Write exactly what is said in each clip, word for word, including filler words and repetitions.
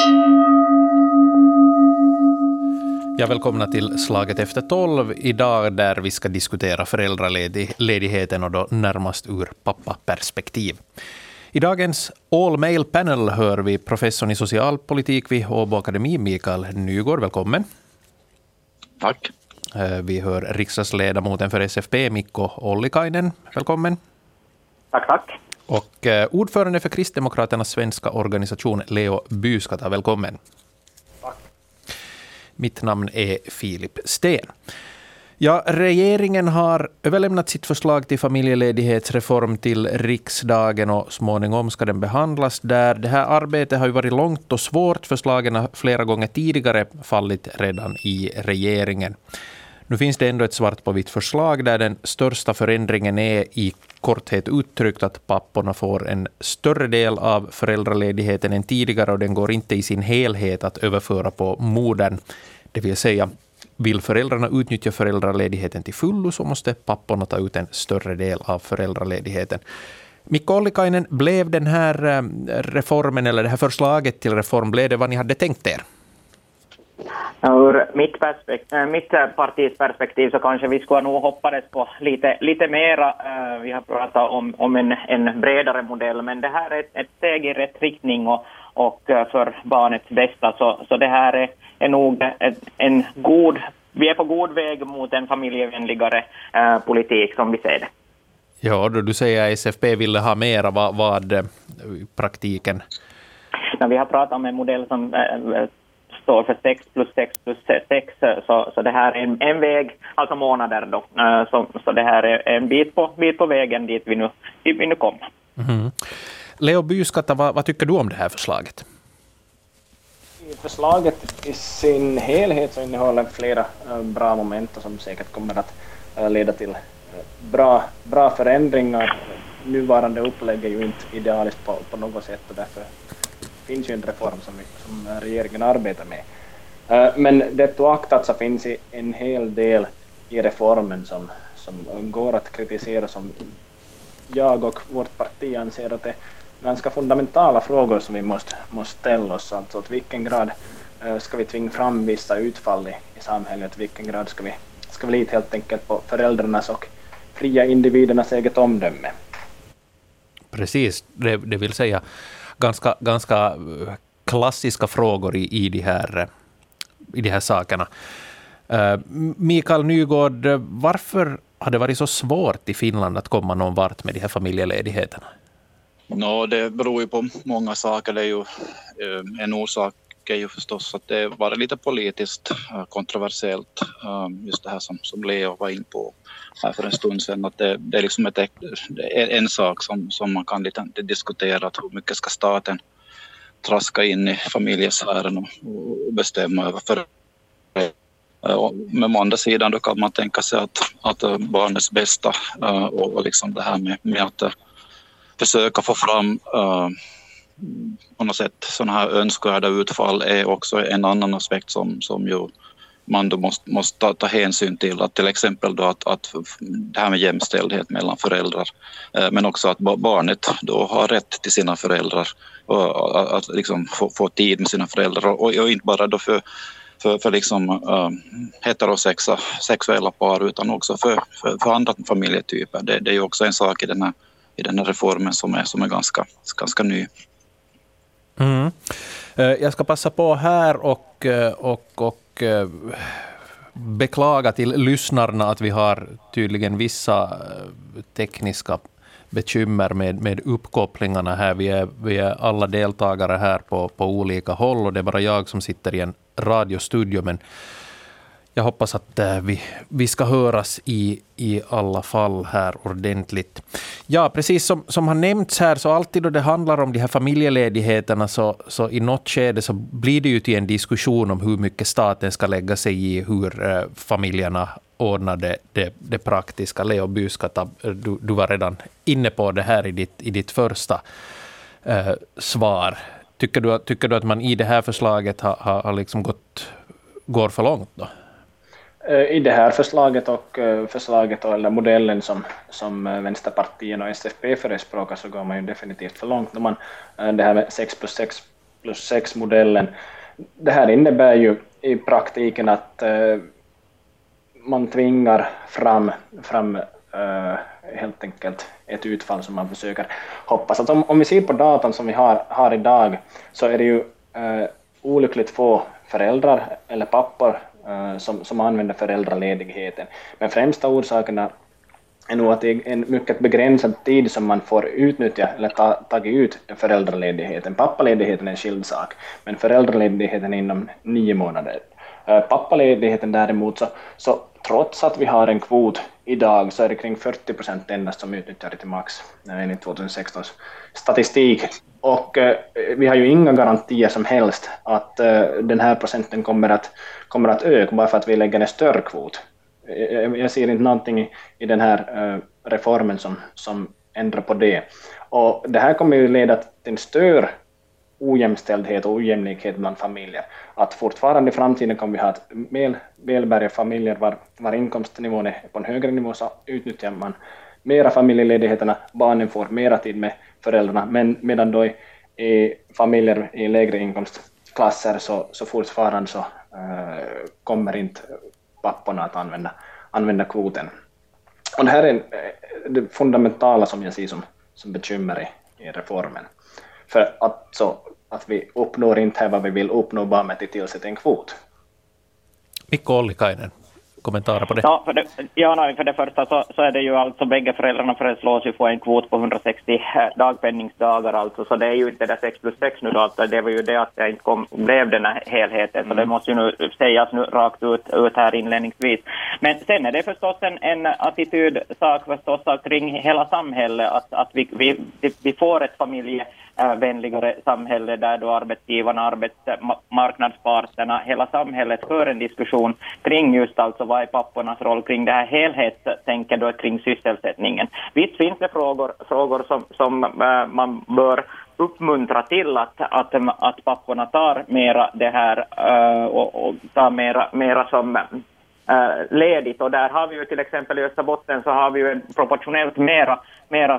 Ja, välkomna till Slaget efter tolv idag där vi ska diskutera föräldraledigheten och då närmast ur pappaperspektiv. I dagens All Male Panel hör vi professorn i socialpolitik vid Åbo Akademi, Mikael Nygård. Välkommen. Tack. Vi hör riksdagsledamoten för S F P, Mikko Ollikainen. Välkommen. Tack, tack. Och ordförande för Kristdemokraternas svenska organisation, Leo Byskata. Välkommen. Tack. Mitt namn är Filip Sten. Ja, regeringen har överlämnat sitt förslag till familjeledighetsreform till riksdagen och småningom ska den behandlas där. Det här arbetet har ju varit långt och svårt. Förslagen har flera gånger tidigare fallit redan i regeringen. Nu finns det ändå ett svart på vitt förslag där den största förändringen är i korthet uttryckt att papporna får en större del av föräldraledigheten än tidigare och den går inte i sin helhet att överföra på modern. Det vill säga, vill föräldrarna utnyttja föräldraledigheten till fullo så måste papporna ta ut en större del av föräldraledigheten. Mikko Ollikainen, blev den här reformen eller det här förslaget till reform, blev det vad ni hade tänkt er? Ur mitt, perspektiv, mitt partis perspektiv så kanske vi skulle nog hoppades på lite, lite mera. Vi har pratat om, om en, en bredare modell, men det här är ett, ett steg i rätt riktning och, och för barnets bästa. Så, så det här är, är nog en, en god, vi är på god väg mot en familjevänligare äh, politik som vi ser det. Ja, då du säger att S F P ville ha mera, vad, vad i praktiken? När vi har pratat om en modell som äh, står för sex plus sex plus sex, så, så det här är en, en väg, alltså månader då. Så, så det här är en bit på, bit på vägen dit vi nu, dit vi nu kommer. Mm-hmm. Leo Byskata, vad, vad tycker du om det här förslaget? I förslaget i sin helhet så innehåller flera uh, bra moment som säkert kommer att uh, leda till uh, bra, bra förändringar. Nuvarande upplägg är ju inte idealiskt på, på något sätt och därför finns ju en reform som, vi, som regeringen arbetar med. Uh, men det oaktat så finns en hel del i reformen som, som går att kritisera, som jag och vårt parti anser att det är ganska fundamentala frågor som vi måste, måste ställa oss. Alltså att vilken grad uh, ska vi tvinga fram vissa utfall i, i samhället, vilken grad ska vi, ska vi lita helt enkelt på föräldrarnas och fria individernas eget omdöme. Precis, det, det vill säga ganska, ganska klassiska frågor i, i, de här, i de här sakerna. Uh, Mikael Nygård, varför har det varit så svårt i Finland att komma någon vart med de här familjeledigheterna? No, det beror ju på många saker. Det är ju, en orsak är ju förstås att det var lite politiskt kontroversiellt. Just det här som, som Leo var in på här för en stund sedan. Att det, det är liksom ett, det är en sak som, som man kan lite diskutera. Att hur mycket ska staten traska in i familjesfären och, och bestämma över för. Men å andra sidan då kan man tänka sig att, att barnets bästa och, och liksom det här med, med att försöka få fram uh, på något sätt sådana här önskvärda utfall är också en annan aspekt som, som ju man då måste, måste ta, ta hänsyn till. Att till exempel då att, att det här med jämställdhet mellan föräldrar uh, men också att barnet då har rätt till sina föräldrar och att, att liksom få, få tid med sina föräldrar och, och inte bara då för för, för liksom uh, heterosexa sexuella par utan också för, för, för andra familjetyper. Det, det är ju också en sak i den här i den här reformen som är, som är ganska, ganska ny. Mm. Jag ska passa på här och, och, och beklaga till lyssnarna att vi har tydligen vissa tekniska bekymmer med, med uppkopplingarna här. Vi är, vi är alla deltagare här på, på olika håll och det är bara jag som sitter i en radiostudio, men jag hoppas att vi, vi ska höras i, i alla fall här ordentligt. Ja, precis som, som har nämnts här så alltid då det handlar om de här familjeledigheterna så, så i något skede så blir det ju till en diskussion om hur mycket staten ska lägga sig i hur eh, familjerna ordnar det, det, det praktiska. Leo Byskata, du, du var redan inne på det här i ditt, i ditt första eh, svar. Tycker du, tycker du att man i det här förslaget har, har, har liksom gått, går för långt då? I det här förslaget och förslaget eller modellen som, som Vänsterpartiet och S F P förespråkar så går man ju definitivt för långt. När man, det här med sex plus sex plus sex-modellen. Det här innebär ju i praktiken att eh, man tvingar fram, fram eh, helt enkelt ett utfall som man försöker hoppas. Alltså om, om vi ser på datan som vi har, har idag, så är det ju eh, olyckligt få föräldrar eller pappor eh, som, som använder föräldraledigheten. Men främsta orsakerna är nog att det är en mycket begränsad tid som man får utnyttja eller ta, tagit ut föräldraledigheten. Pappaledigheten är en skild sak, men föräldraledigheten är inom nio månader. Eh, pappaledigheten däremot, så, så trots att vi har en kvot idag, så är det kring fyrtio procent endast som utnyttjar det till max enligt tjugohundrasextons statistik. Och eh, vi har ju inga garantier som helst att eh, den här procenten kommer att, kommer att öka bara för att vi lägger en större kvot. Jag, jag ser inte någonting i, i den här eh, reformen som, som ändrar på det. Och det här kommer ju leda till en större ojämställdhet och ojämlikhet bland familjer. Att fortfarande i framtiden kommer vi ha ett väl, välbärgade familjer var, var inkomstnivån är på en högre nivå, så utnyttjar man mera familjeledigheterna, barnen får mera tid med föräldrarna, men medan då i, i familjer i lägre inkomstklasser så, så fortfarande så äh, kommer inte papporna att använda, använda kvoten. Och det här är en, det fundamentala som jag ser som, som bekymmer i, i reformen. För att, så, att vi uppnår inte vad vi vill uppnå bara med att tillsätta en kvot. Mikko Ollikainen, kommentarer på det? Ja, för det, ja, nej, för det första så, så är det ju alltså bägge föräldrarna föreslås ju få en kvot på hundrasextio dagpenningsdagar, alltså, så det är ju inte det där sex plus sex nu då, alltså, det var ju det att det inte kom, blev den här helheten, så det måste ju nu sägas nu rakt ut, ut här inledningsvis. Men sen är det förstås en, en attitydsak förstås kring hela samhället, att, att vi, vi, vi får ett familje vänligare samhälle där då arbetsgivarna, arbetsmarknadsparterna, hela samhället för en diskussion kring just alltså vad är pappornas roll kring det här helhetstänker då kring sysselsättningen. Visst finns det frågor, frågor som, som äh, man bör uppmuntra till att, att, att papporna tar mera det här äh, och, och tar mera, mera som äh, ledigt, och där har vi ju till exempel i Österbotten så har vi ju proportionellt mera mera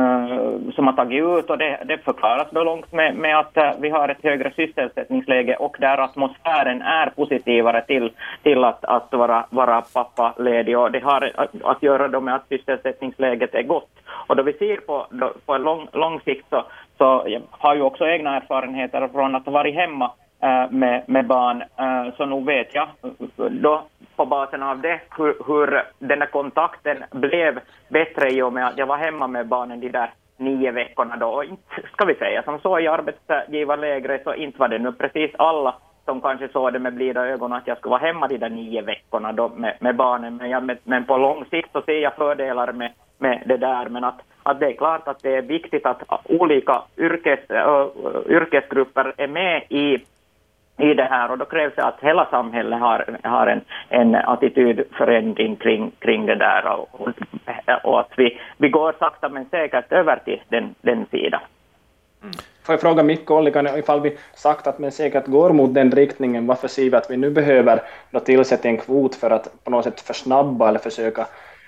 uh, som har tagit ut, och det, det förklaras då långt med, med att uh, vi har ett högre sysselsättningsläge och där atmosfären är positivare till, till att, att vara, vara pappaledig, och det har att, att göra då med att sysselsättningsläget är gott. Och då vi ser på, då, på en lång, lång sikt så, så jag har ju också egna erfarenheter från att vara hemma uh, med, med barn, uh, så nog vet jag då på basen av det hur, hur den här kontakten blev bättre i och med att jag var hemma med barnen de där nio veckorna då. Och inte, ska vi säga som så i arbetsgivarlägre, så inte var det nu precis alla som kanske såg det med blida ögon att jag skulle vara hemma de där nio veckorna då med, med barnen. Men, jag, med, men på lång sikt så ser jag fördelar med, med det där. Men att, att det är klart att det är viktigt att olika yrkes, uh, yrkesgrupper är med i i det här, och då krävs det att hela samhället har, har en, en attitydförändring kring, kring det där, och, och att vi, vi går sakta men säkert över till den, den sidan. Mm. Får jag fråga Mikko Ollikainen, ifall vi sakta men säkert går mot den riktningen, varför ser vi att vi nu behöver då tillsätta en kvot för att på något sätt försnabba eller försöka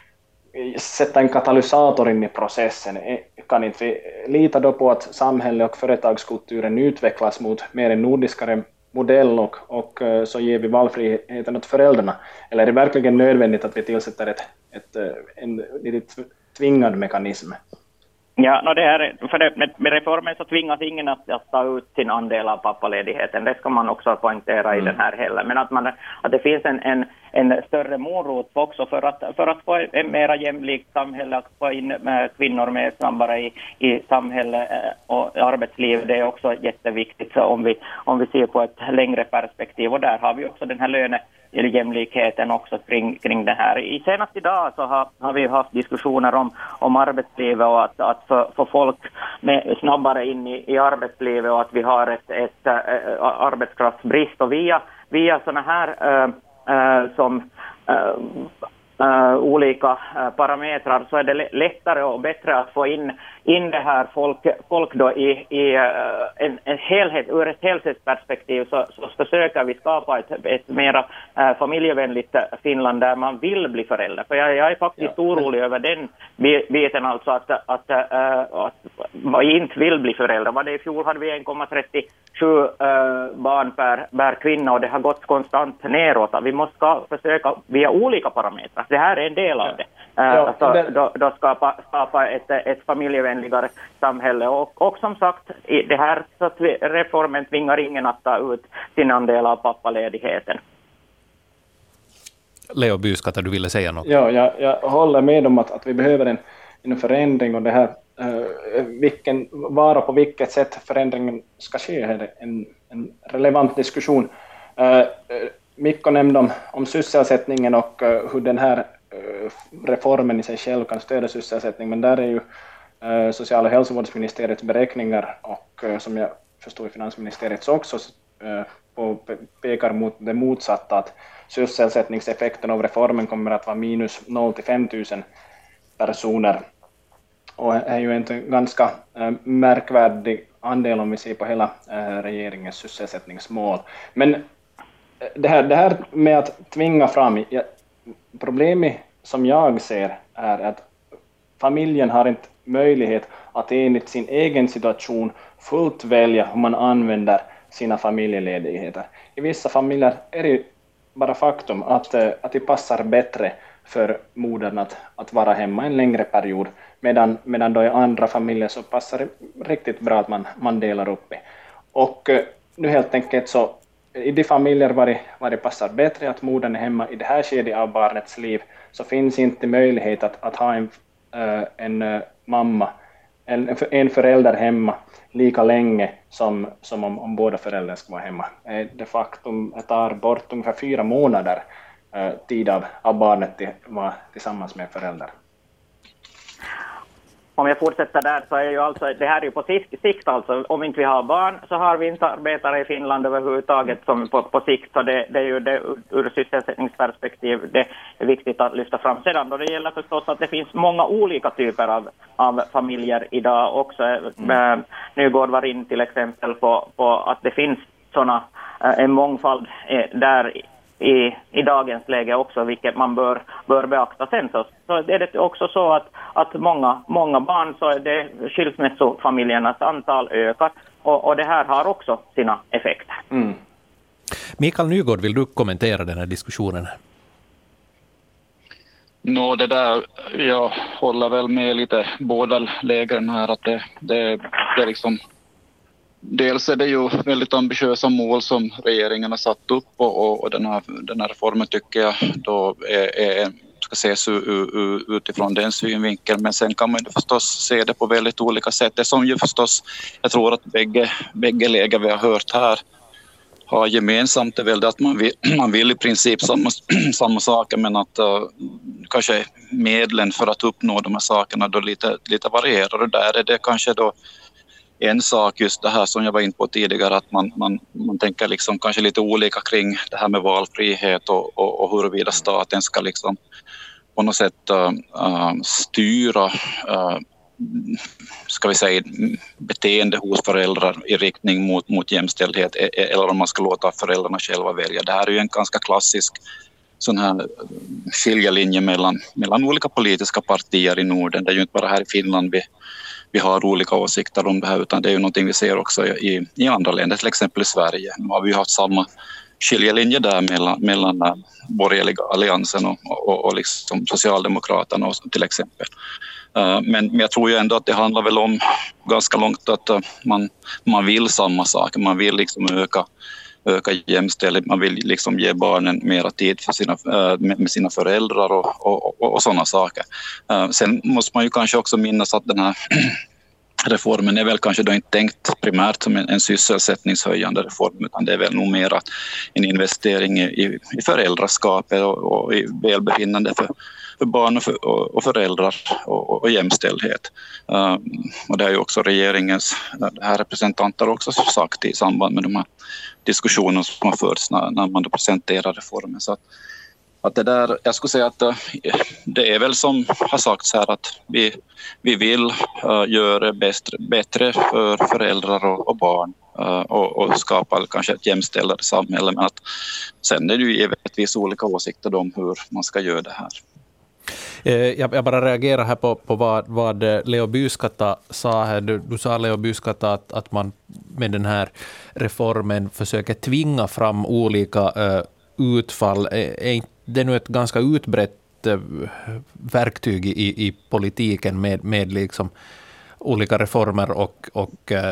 sätta en katalysator in i processen? Kan inte vi lita då på att samhället och företagskulturen utvecklas mot mer en nordiskare modell och, och så ger vi valfriheten åt föräldrarna? Eller är det verkligen nödvändigt att vi tillsätter ett, ett, en lite tvingad mekanism? Ja, no det här, för det, med, med reformen så tvingas ingen att, att ta ut sin andel av pappaledigheten. Det ska man också poängtera mm. i den här heller. Men att, man, att det finns en, en, en större morot också för att, för att få en mera jämlikt samhälle, att få in med kvinnor med snabbare i, i samhälle och arbetsliv. Det är också jätteviktigt, så om vi, om vi ser på ett längre perspektiv. Och där har vi också den här löne eller jämlikheten också kring, kring det här. I senast idag så har, har vi haft diskussioner om, om arbetslivet och att, att få, få folk med, snabbare in i, i arbetslivet, och att vi har ett, ett, ett arbetskraftsbrist, och via, via sådana här äh, äh, som äh, Uh, olika uh, parametrar så är det lättare och bättre att få in, in det här folk, folk då i, i uh, en, en helhet, ur ett helhetsperspektiv så, så försöker vi skapa ett, ett mera uh, familjevänligt Finland där man vill bli förälder. För jag, jag är faktiskt ja. orolig över den biten, alltså att, att, uh, att vad inte vill bli föräldrar. Vad det i fjol hade vi en komma trettiosju äh, barn per, per kvinna och det har gått konstant neråt. Vi måste ska försöka via olika parametrar. Det här är en del av det. Äh, ja, alltså, det... Då, då skapa, skapa ett, ett familjevänligare samhälle. Och, och som sagt, i det här så att vi, reformen tvingar ingen att ta ut sin andel av pappaledigheten. Leo Byskatta, du ville säga något? Ja, jag, jag håller med om att, att vi behöver en, en förändring och det här, uh, vilken, var och på vilket sätt förändringen ska ske är en, en relevant diskussion. Uh, Mikko nämnde om, om sysselsättningen och uh, hur den här uh, reformen i sig själv kan stödja sysselsättning, men där är ju uh, social- och hälsovårdsministeriets beräkningar och uh, som jag förstår i finansministeriets också uh, på, pekar mot det motsatta, att sysselsättningseffekten av reformen kommer att vara minus noll till fem tusen personer. Och det är ju en ganska äh, märkvärdig andel om vi ser på hela äh, regeringens sysselsättningsmål. Men äh, det, här, det här med att tvinga fram, ja, problemet som jag ser är att familjen har inte möjlighet att enligt sin egen situation fullt välja hur man använder sina familjeledigheter. I vissa familjer är det bara faktum att, att det passar bättre för modern att, att vara hemma en längre period, medan, medan då i andra familjer så passar det riktigt bra att man, man delar upp det. Och nu helt enkelt så i de familjer var det, var det passar bättre att modern är hemma i det här skedet av barnets liv, så finns inte möjlighet att, att ha en, en mamma, en, en förälder hemma lika länge som, som om, om båda föräldrar ska vara hemma. Det faktum att det tar bort ungefär fyra månader eh, tid av, av barnet till, var tillsammans med föräldrar. Om jag fortsätter där så är ju alltså, det här är ju på sikt, sikt alltså, om inte vi har barn så har vi inte arbetare i Finland överhuvudtaget som på, på sikt, så det, det är ju det, ur sysselsättningsperspektiv det är viktigt att lyfta fram. Sedan då det gäller förstås att det finns många olika typer av, av familjer idag också. Mm. Nygård var in till exempel på, på att det finns såna, en mångfald där I, i dagens läge också, vilket man bör, bör beakta. Sen så, så är det också så att, att många, många barn, så är det skilsmässofamiljernas antal ökar och, och det här har också sina effekter. Mm. Mikael Nygård, vill du kommentera den här diskussionen? Nå, det där, jag håller väl med lite båda lägren här, att det, det, det är liksom dels är det ju väldigt ambitiösa mål som regeringen har satt upp och, och den, här, den här reformen tycker jag då är, är, ska ses utifrån den synvinkeln. Men sen kan man ju förstås se det på väldigt olika sätt. Det som ju förstås, jag tror att bägge, bägge läger vi har hört här har gemensamt är väl att man vill, man vill i princip samma, samma saker, men att uh, kanske medlen för att uppnå de här sakerna då lite, lite varierar. Och där är det kanske då en sak, just det här som jag var in på tidigare, att man, man, man tänker liksom kanske lite olika kring det här med valfrihet och, och, och huruvida staten ska liksom på något sätt uh, styra uh, ska vi säga beteende hos föräldrar i riktning mot, mot jämställdhet, eller om man ska låta föräldrarna själva välja. Det här är ju en ganska klassisk sån här skiljelinje mellan, mellan olika politiska partier i Norden. Det är ju inte bara här i Finland vi Vi har olika åsikter om det här, utan det är ju någonting vi ser också i, i andra länder, till exempel i Sverige. Nu har vi haft samma skiljelinje där mellan, mellan borgerliga alliansen och, och, och liksom Socialdemokraterna och, till exempel. Uh, men, men jag tror ju ändå att det handlar väl om ganska långt att uh, man, man vill samma saker. Man vill liksom öka, öka jämställdhet, man vill liksom ge barnen mera tid för sina, uh, med, med sina föräldrar och, och, och, och sådana saker. Uh, sen måste man ju kanske också minnas att den här reformen är väl kanske då inte tänkt primärt som en, en sysselsättningshöjande reform, utan det är väl nog mer en investering i, i föräldraskapet och, och i välbefinnande för, för barn och, för, och, och föräldrar och, och jämställdhet. Uh, och det är ju också regeringens det här representanter också sagt i samband med de här diskussionerna som har förts när, när man då presenterar reformen. Så att, att det där, jag skulle säga att det är väl som har sagts här att vi, vi vill uh, göra bäst, bättre för föräldrar och, och barn uh, och, och skapa kanske ett jämställdare samhälle, men att sen är det ju givetvis olika åsikter om hur man ska göra det här. Jag, jag bara reagerar här på, på vad, vad Leo Byskata sa här. Du, du sa, Leo Byskata, att, att man med den här reformen försöker tvinga fram olika uh, utfall. Är det nu ett ganska utbrett uh, verktyg i, i politiken med, med liksom olika reformer och, och uh,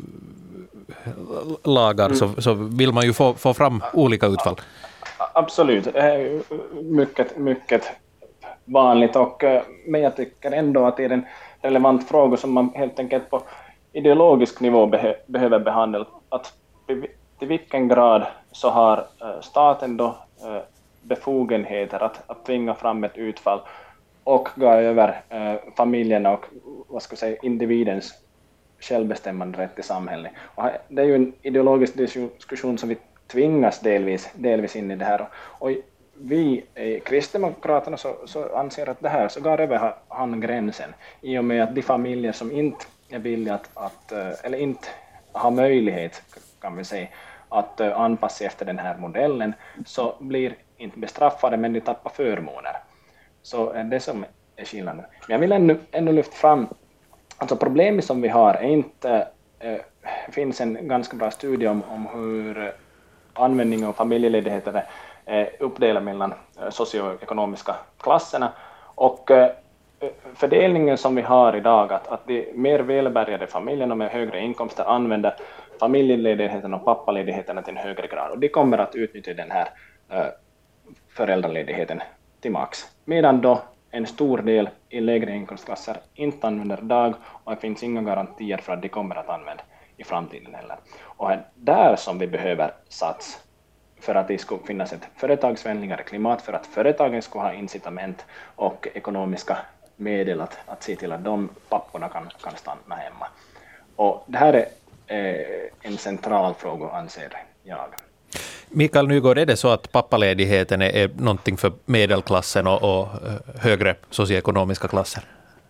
lagar, mm. så, så vill man ju få, få fram olika utfall. Absolut. Mycket, mycket vanligt, och, men jag tycker ändå att det är en relevant fråga som man helt enkelt på ideologisk nivå behö, behöver behandla. Att till vilken grad så har staten då befogenheter att, att tvinga fram ett utfall och gå över eh, familjerna och vad ska jag säga, individens självbestämmande rätt i samhället. Och det är ju en ideologisk diskussion som vi tvingas delvis, delvis in i det här. Och vi i Kristdemokraterna så, så anser att det här så går över han gränsen i och med att de familjer som inte är villiga att, att eller inte har möjlighet, kan vi säga, att anpassa efter den här modellen, så blir inte bestraffade, men de tappar förmåner. Så är det som är skillnaden. Men jag vill ännu, ännu lyfta fram, alltså problemet som vi har är inte, eh, finns en ganska bra studie om, om hur användning av familjeledigheter är uppdelad mellan socioekonomiska klasserna, och eh, fördelningen som vi har idag, att, att de mer välbärgade familjerna med högre inkomster använder familjeledigheten och pappaledigheten till en högre grad, och de kommer att utnyttja den här eh, föräldraledigheten till max, medan då en stor del i lägre inkomstklasser inte använder dag, och det finns inga garantier för att de kommer att använda i framtiden heller. Och det är där som vi behöver satsa för att det ska finnas ett företagsvänligare klimat, för att företagen ska ha incitament och ekonomiska medel att, att se till att de papporna kan, kan stanna hemma. Och det här är eh, en central fråga, anser jag. Mikael Nygård, är det så att pappaledigheten är, är någonting för medelklassen och, och högre socioekonomiska klasser?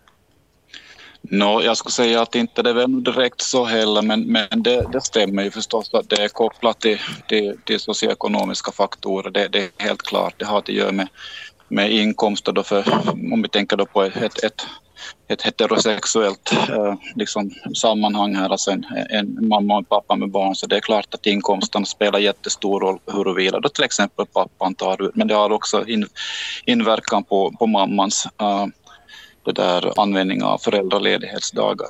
No, jag skulle säga att inte det är väl direkt så heller, men, men det, det stämmer ju förstås att det är kopplat till, till, till socioekonomiska faktorer. Det, det är helt klart, det har att göra med, med inkomster då, för om vi tänker då på ett, ett, ett heterosexuellt eh, liksom, sammanhang här, alltså en, en mamma och en pappa med barn, så det är klart att inkomsten spelar jättestor roll huruvida då till exempel pappan tar ut, men det har också in, inverkan på, på mammans uh, det där användning av föräldraledighetsdagar.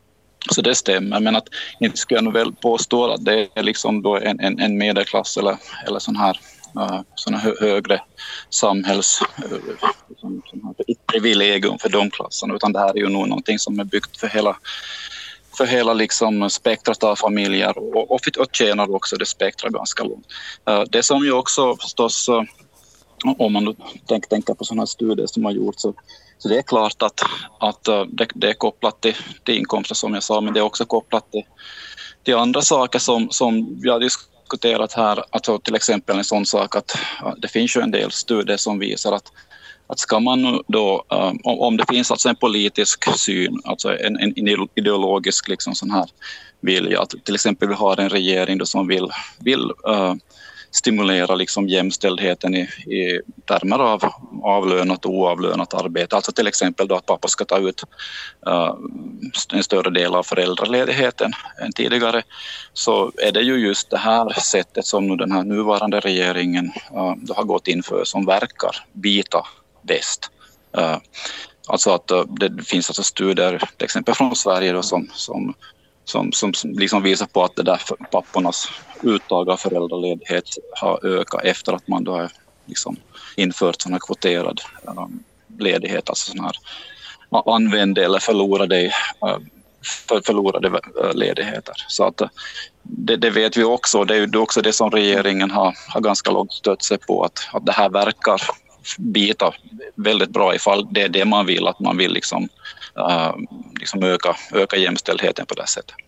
Så det stämmer, men att inte skulle jag nog väl påstå att det är liksom då en, en, en medelklass eller, eller sån här, uh, sån här högre samhälls uh, sån, sån här privilegium för de klasserna, utan det här är ju nog någonting som är byggt för hela för hela liksom spektrat av familjer, och, och, och tjänar också det spektrat ganska långt. Uh, det som ju också förstås, uh, om man tänker, tänker på sådana här studier som har gjorts, så Så det är klart att, att det, det är kopplat till, till inkomster som jag sa, men det är också kopplat till, till andra saker som, som vi har diskuterat här. Alltså till exempel en sån sak att det finns ju en del studier som visar att, att ska man då, om, om det finns alltså en politisk syn, alltså en, en ideologisk liksom sån här vilja, att till exempel vi har en regering då som vill, vill uh, stimulera liksom jämställdheten i, i termer av avlönat och oavlönat arbete. Alltså till exempel då att pappa ska ta ut uh, en större del av föräldraledigheten än tidigare, så är det ju just det här sättet som nu den här nuvarande regeringen uh, då har gått in för som verkar bita bäst. Uh, alltså att uh, det finns alltså studier till exempel från Sverige då, som, som Som, som liksom visar på att det där pappornas uttag av föräldraledighet har ökat efter att man då har liksom infört sån här kvoterad um, ledighet, alltså sån här använde eller förlorade, uh, för, förlorade uh, ledigheter. Så att uh, det, det vet vi också, det är ju också det som regeringen har, har ganska långt stött sig på, att, att det här verkar bita väldigt bra ifall det är det man vill, att man vill liksom Uh, liksom öka, öka jämställdheten på det sättet.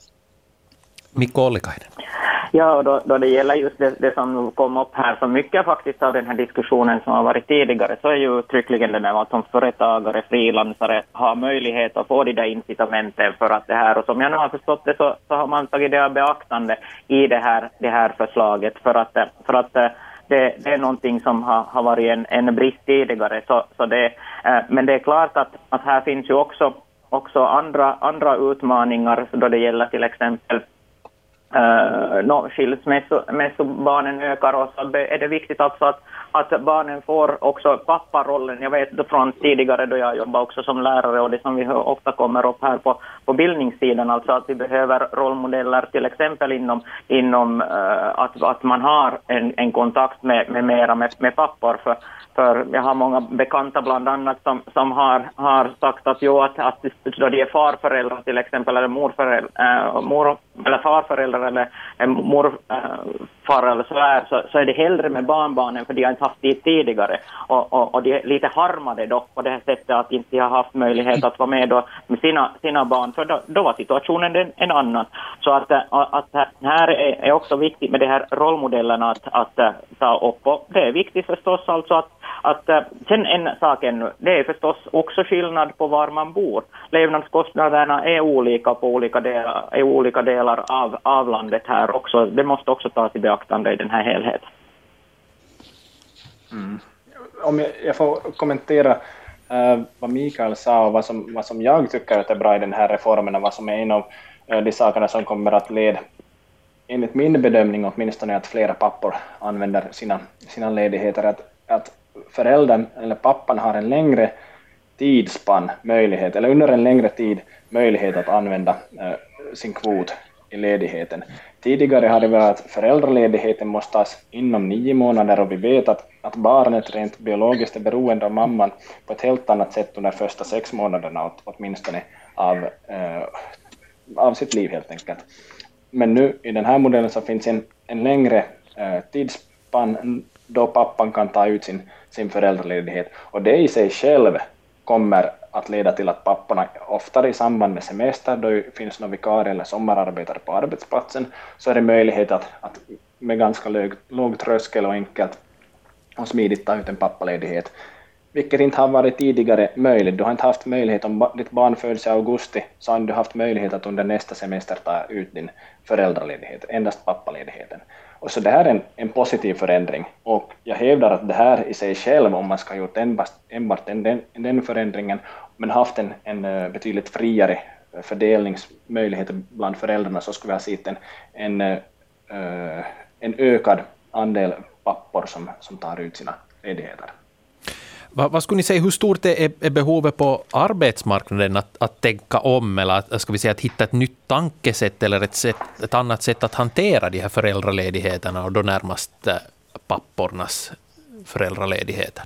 Mikko Ollikainen. Ja, och då, då det gäller just det, det som kom upp här, så mycket faktiskt av den här diskussionen som har varit tidigare, så är ju uttryckligen det där att som företagare, frilansare har möjlighet att få de där incitamenten för att det här, och som jag nu har förstått det, så, så har man tagit det av beaktande i det här, det här förslaget, för att, för att det, det är någonting som har, har varit en, en brist tidigare. Så, så det, eh, men det är klart att, att här finns ju också, också andra, andra utmaningar då det gäller till exempel Uh, no, skilsmässobarnen ökar, och så är det viktigt alltså att, att barnen får också papparollen. Jag vet från tidigare då jag jobbade också som lärare, och det som vi ofta kommer upp här på, på bildningssidan, alltså att vi behöver rollmodeller till exempel inom, inom uh, att, att man har en, en kontakt med, med mera med, med pappor. För, för jag har många bekanta bland annat som, som har, har sagt att, jo, att, att då de är farföräldrar till exempel, eller morföräldrar, äh, mor, eller farföräldrar eller äh, morfar äh, eller så är, så, så är det hellre med barnbarnen, för de har inte haft det tidigare. Och, och, och de är lite harmade då på det här sättet att inte har haft möjlighet att vara med då med sina, sina barn, för då, då var situationen en, en annan. Så att, att, att här är, är också viktigt med de här rollmodellerna att, att, att ta upp, och det är viktigt förstås alltså att Att, äh, sen en sak ännu, det är förstås också skillnad på var man bor. Levnadskostnaderna är olika på olika delar, är olika delar av, av landet här också. Det måste också tas i beaktande i den här helheten. Mm. Om jag, jag får kommentera äh, vad Mikael sa och vad som, vad som jag tycker att är bra i den här reformen, och vad som är en av äh, de sakerna som kommer att leda, enligt min bedömning åtminstone, att flera pappor använder sina, sina ledigheter, att, att föräldern eller pappan har en längre tidsspann möjlighet, eller under en längre tid möjlighet att använda äh, sin kvot i ledigheten. Tidigare har det varit att föräldraledigheten måste tas inom nio månader, och vi vet att, att barnet rent biologiskt är beroende av mamman på ett helt annat sätt under första sex månaderna åtminstone av, äh, av sitt liv helt enkelt. Men nu i den här modellen så finns en, en längre äh, tidsspann då pappan kan ta ut sin, sin föräldraledighet. Och det i sig själv kommer att leda till att papporna oftare i samband med semester, då det finns någon vikarie eller sommararbetare på arbetsplatsen, så är det möjlighet att, att med ganska låg, låg tröskel och enkelt och smidigt ta ut en pappaledighet. Vilket inte har varit tidigare möjligt. Du har inte haft möjlighet, om ditt barn föds i augusti, så har du haft möjlighet att under nästa semester ta ut din föräldraledighet, endast pappaledigheten. Och så det här är en, en positiv förändring, och jag hävdar att det här i sig själv, om man ska ha gjort enbart, enbart den, den, den förändringen, men haft en, en betydligt friare fördelningsmöjlighet bland föräldrarna, så skulle vi ha sett en, en, en ökad andel pappor som, som tar ut sina ledigheter. Vad, vad skulle ni säga, hur stort är, är behovet på arbetsmarknaden att, att tänka om, eller att, ska vi säga, att hitta ett nytt tankesätt eller ett, sätt, ett annat sätt att hantera de här föräldraledigheterna, och då närmast pappornas föräldraledigheter?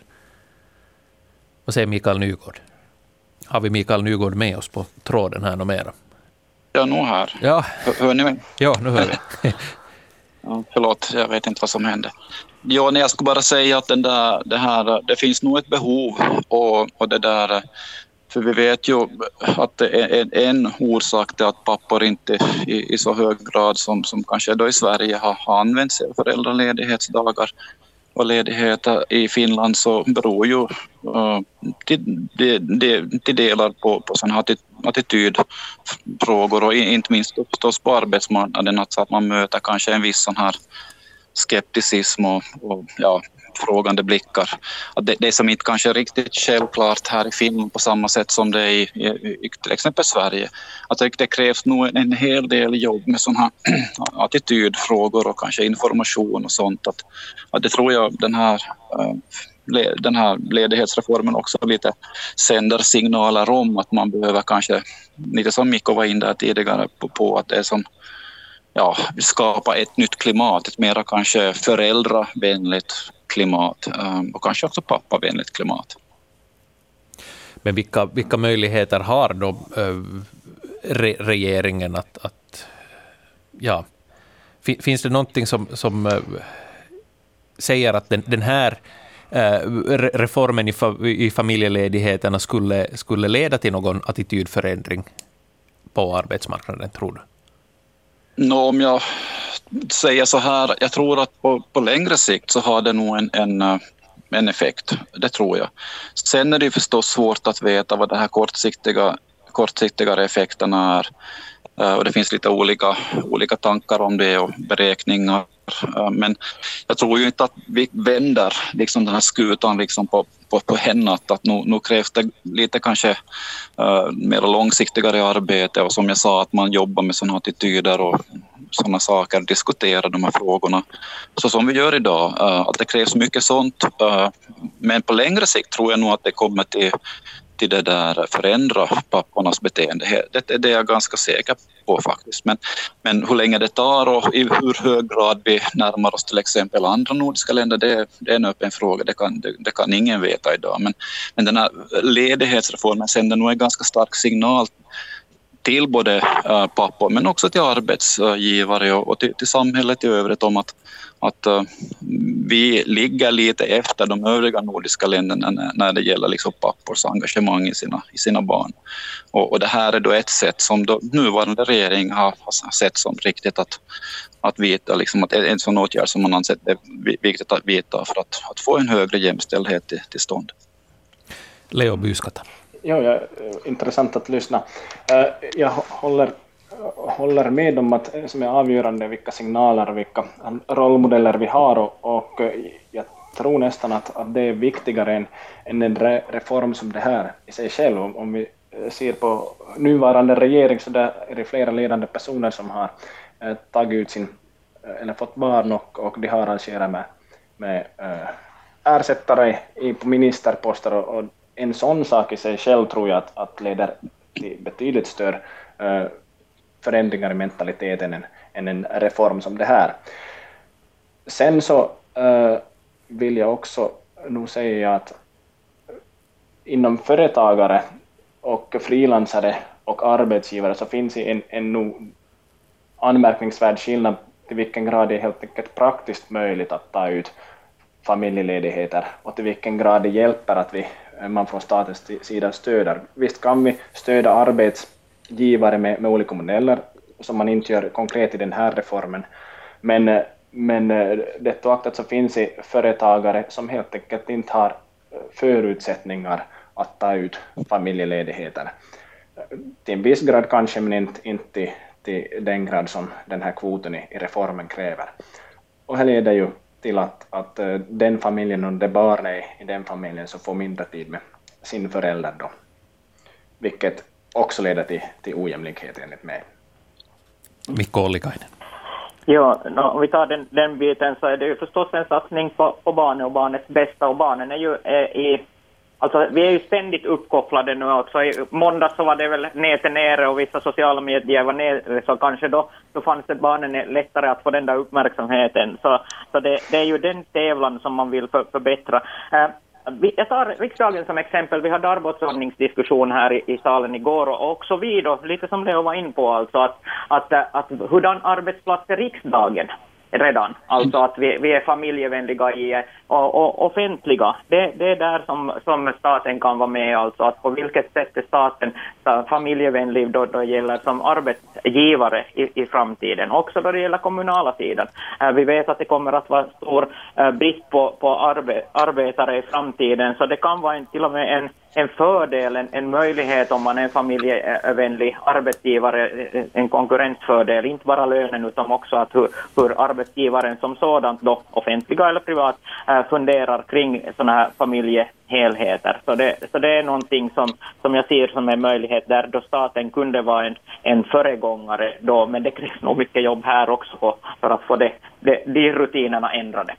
Vad säger Mikael Nygård? Har vi Mikael Nygård med oss på tråden här och mera? Ja, nog här. Ja. Hör, hör ni mig? Ja, nu hör vi. Ja, förlåt, jag vet inte vad som hände. Ja, nej, jag skulle bara säga att den där, det, här, det finns nog ett behov, och, och det där, för vi vet ju att det är en orsak till att pappor inte i, i så hög grad som, som kanske då i Sverige har, har använt sig av föräldraledighetsdagar och ledigheter i Finland, så beror ju uh, till, till, till delar på, på sådana attitydfrågor, och inte minst förstås på arbetsmarknaden, att, så att man möter kanske en viss sån här skepticism och, och ja, frågande blickar. Att det, det som inte kanske är riktigt självklart här i Finland på samma sätt som det är i, i, i till exempel Sverige. Att det, det krävs nog en, en hel del jobb med sådana här attitydfrågor och kanske information och sånt. Att, att det tror jag den här, den här ledighetsreformen också lite sänder signaler om, att man behöver kanske, lite som Mikko var in där tidigare på, på att det är som ja, skapa ett nytt klimat, ett mera kanske föräldravänligt klimat och kanske också pappavänligt klimat. Men vilka, vilka möjligheter har då re, regeringen att, att ja, finns det någonting som, som säger att den, den här reformen i, fa, i familjeledigheterna skulle, skulle leda till någon attitydförändring på arbetsmarknaden, tror du? Nå, om jag säger så här, jag tror att på, på längre sikt så har det nog en, en, en effekt, det tror jag. Sen är det förstås svårt att veta vad de här kortsiktiga, kortsiktiga effekterna är. Och det finns lite olika, olika tankar om det och beräkningar Men jag tror ju inte att vi vänder liksom den här skutan liksom på, på, på henne. Att, att nu, nu krävs det lite kanske uh, mer långsiktigare arbete och som jag sa att man jobbar med sådana attityder och sådana saker, diskuterar de här frågorna. Så som vi gör idag, uh, att det krävs mycket sånt. Uh, men på längre sikt tror jag nog att det kommer till till det där förändra pappornas beteende. Det är det jag är ganska säker på faktiskt. Men, men hur länge det tar och i hur hög grad vi närmar oss till exempel andra nordiska länder, det, det är en öppen fråga. Det kan, det, det kan ingen veta idag. Men, men den här ledighetsreformen sänder nog en ganska stark signal till både äh, pappor men också till arbetsgivare och, och till, till samhället i övrigt om att, att äh, vi ligger lite efter de övriga nordiska länderna när, när det gäller liksom pappors engagemang i sina, i sina barn. Och, och det här är då ett sätt som då nuvarande regering har, har sett som riktigt att, att vita, liksom att en sån åtgärd som man ansett är viktigt att vita för att, att få en högre jämställdhet till, till stånd. Leo Byskata. Ja, ja, intressant att lyssna. Jag håller, håller med om att som är avgörande vilka signaler och vilka rollmodeller vi har och, och jag tror nästan att, att det är viktigare än, än en re, reform som det här i sig själv. Om, om vi ser på nuvarande regering så där är det flera ledande personer som har eh, tagit ut sin, eller fått barn och, och de har arrangerat med, med eh, ersättare i, på ministerposter och, och en sån sak i sig själv tror jag att, att leder till betydligt större uh, förändringar i mentaliteten än, än en reform som det här. Sen så uh, vill jag också nog säga att inom företagare och frilansare och arbetsgivare så finns det en, en nog anmärkningsvärd skillnad till vilken grad det är helt enkelt praktiskt möjligt att ta ut familjeledigheter och till vilken grad det hjälper att vi, man från statens sida stöder. Visst kan vi stödja arbetsgivare med, med olika modeller som man inte gör konkret i den här reformen. Men, men det oaktat så finns det företagare som helt enkelt inte har förutsättningar att ta ut familjeledigheter. Till en viss grad kanske, men inte, inte till, till den grad som den här kvoten i, i reformen kräver. Och här leder ju till att, att den familjen och det barnet i den familjen så får mindre tid med sin förälder då. Vilket också leder till, till ojämlikhet enligt mig. Mikko Ollikainen. Ja, no, om vi tar den, den biten så är det ju förstås en satsning på, på barnen och barnets bästa. Och barnen är ju är, i... Alltså, vi är ju ständigt uppkopplade nu också. I måndag så var det väl nätet nere och vissa sociala medier var nere, så kanske då, då fanns det barnen lättare att få den där uppmärksamheten. Så, så det, det är ju den tävlan som man vill för, förbättra. Uh, vi, jag tar riksdagen som exempel. Vi hade arbetsordningsdiskussion här i, i salen igår och också vi då, lite som Leo var in på, alltså att, att, att, att hurdan arbetsplats är riksdagen redan. Alltså att vi, vi är familjevänliga i, och, och offentliga. Det, det är där som, som staten kan vara med. Alltså att på vilket sätt är staten familjevänlig då, då gäller som arbetsgivare i, i framtiden. Också då det gäller kommunala sidan. Uh, vi vet att det kommer att vara stor uh, brist på, på arbe, arbetare i framtiden. Så det kan vara en, till och med en en fördel, en, en möjlighet om man är en familjevänlig arbetsgivare, en konkurrensfördel, inte bara lönen utan också att hur, hur arbetsgivaren som sådant då, offentliga eller privat, äh, funderar kring sådana här familjehelheter. Så det, så det är någonting som, som jag ser som en möjlighet där då staten kunde vara en, en föregångare då, men det krävs nog mycket jobb här också på, för att få det, det, de rutinerna ändrade.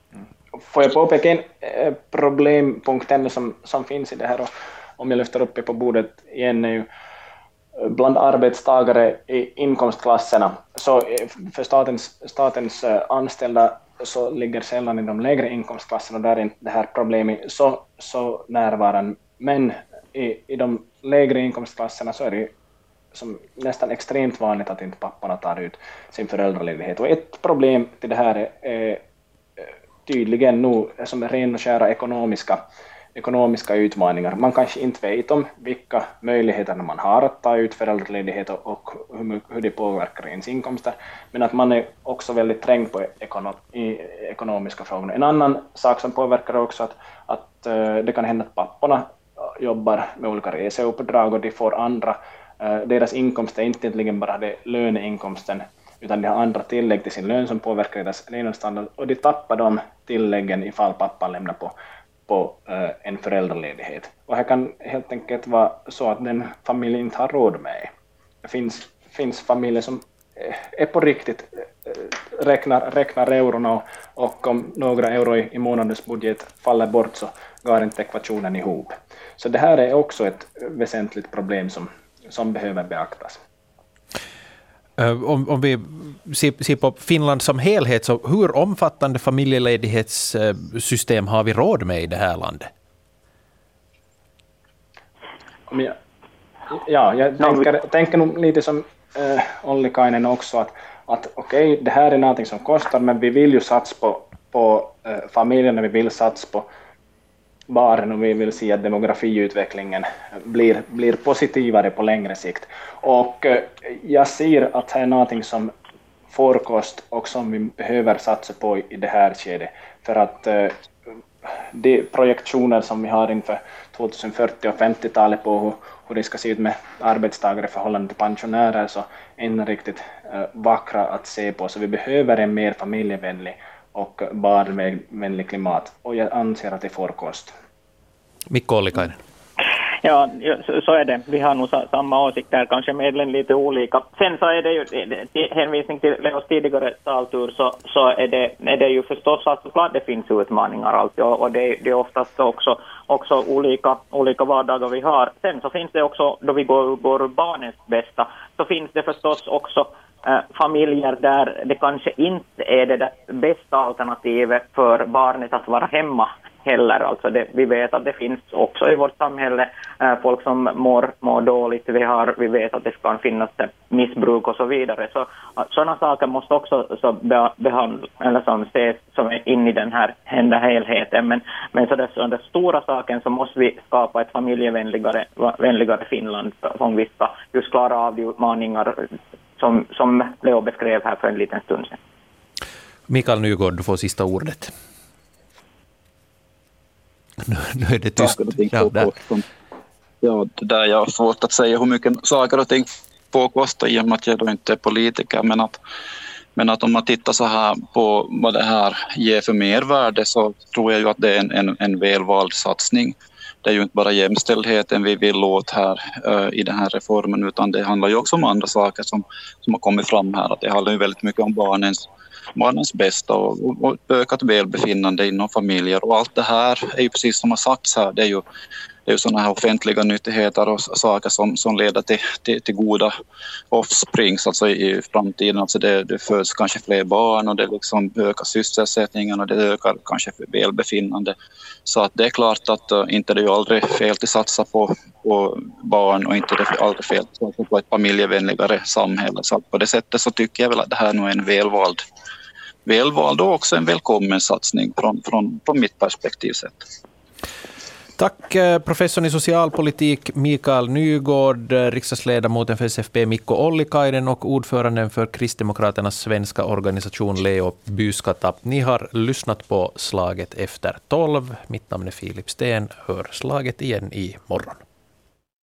Får jag påpeka en eh, problempunkt som, som finns i det här, och om jag lyfter upp det på bordet igen, är ju bland arbetstagare i inkomstklasserna. Så för statens, statens anställda så ligger sällan i de lägre inkomstklasserna, och där är inte det här problemet så, så närvarande. Men i, i de lägre inkomstklasserna så är det som nästan extremt vanligt att inte papporna tar ut sin föräldraledighet. Och ett problem till det här är, är tydligen nu som ren och skära ekonomiska, ekonomiska utmaningar. Man kanske inte vet om vilka möjligheter man har att ta ut föräldraledighet och, och hur, hur det påverkar ens inkomster, men att man är också väldigt trängd på ekono, i ekonomiska frågor. En annan sak som påverkar också att, att uh, det kan hända att papporna jobbar med olika reseuppdrag och de får andra, uh, deras inkomst är inte egentligen bara det löneinkomsten utan de har andra tillägg till sin lön som påverkar deras levnadsstandard, och de tappar de tilläggen ifall pappa lämnar på, på uh, en föräldraledighet. Och här kan helt enkelt vara så att den familjen inte har råd med. Det finns, finns familjer som är på riktigt räknar, räknar eurona, och, och om några euro i, i månadens budget faller bort så går inte ekvationen ihop. Så det här är också ett väsentligt problem som, som behöver beaktas. Om, om vi ser, ser på Finland som helhet, så hur omfattande familjeledighetssystem har vi råd med i det här landet? Jag, ja, jag tänker, tänker nog lite som äh, Ollikainen också, att, att okej, okay, det här är någonting som kostar, men vi vill ju satsa på, på äh, familjerna, vi vill satsa på barn, och vi vill se att demografiutvecklingen blir, blir positivare på längre sikt. Och äh, jag ser att det är någonting som forekost och som vi behöver satsa på i det här skedet, för att äh, de projektioner som vi har inför tjugohundrafyrtio- och femtiotalet på hur, hur det ska se ut med arbetstagare i förhållande till pensionärer, så är inte riktigt äh, vackra att se på. Så vi behöver en mer familjevänlig och barnvänlig klimat, och jag anser att det får kost. Mikko Ollikainen. Ja, så är det. Vi har nog samma åsikter, kanske medlen lite olika. Sen så är det ju, hänvisning till Leos tidigare taltur, så, så är, det, är det ju förstås att klart det finns utmaningar alltid, och det, det är oftast också, också olika, olika vardagar vi har. Sen så finns det också, då vi går, går barnens bästa, så finns det förstås också äh, familjer där det kanske inte är det där bästa alternativet för barnet att vara hemma heller. Alltså det, vi vet att det finns också i vårt samhälle äh, folk som mår, mår dåligt. Vi, har, vi vet att det kan finnas äh, missbruk och så vidare. Så äh, sådana saker måste också så be, behandla, eller som ses som är in i den här hända helheten. Men, men så, där, så den stora saken, så måste vi skapa ett familjevänligare vänligare Finland om vi ska just klara av de utmaningar som, som Leo beskrev här för en liten stund sedan. Mikael Nygård, du får sista ordet. Nu är det tyst. Ja, där. Ja, det där jag har svårt att säga hur mycket saker och ting får kosta i och med att jag då inte är politiker, men att, men att om man tittar så här på vad det här ger för mervärde, så tror jag ju att det är en, en, en välvald satsning. Det är ju inte bara jämställdheten vi vill åt här uh, i den här reformen, utan det handlar ju också om andra saker som, som har kommit fram här. Att det handlar ju väldigt mycket om barnens barnens bästa och, och ökat välbefinnande inom familjer, och allt det här är ju precis som har sagts här, det är ju, det är ju sådana här offentliga nyttigheter och saker som, som leder till, till, till goda offsprings alltså i framtiden. Alltså det, det föds kanske fler barn, och det liksom ökar sysselsättningen, och det ökar kanske välbefinnande. Så att det är klart att uh, inte det är ju aldrig fel att satsa på, på barn, och inte det är aldrig fel att satsa på ett familjevänligare samhälle. Så på det sättet så tycker jag väl att det här nu är en välvald välvald och också en välkommen satsning från, från, från mitt perspektiv sett. Tack professorn i socialpolitik Mikael Nygård, riksdagsledamoten för S F P Mikko Ollikainen och ordföranden för Kristdemokraternas svenska organisation Leo Byskata. Ni har lyssnat på Slaget efter tolv. Mitt namn är Filip Sten. Hör Slaget igen i morgon.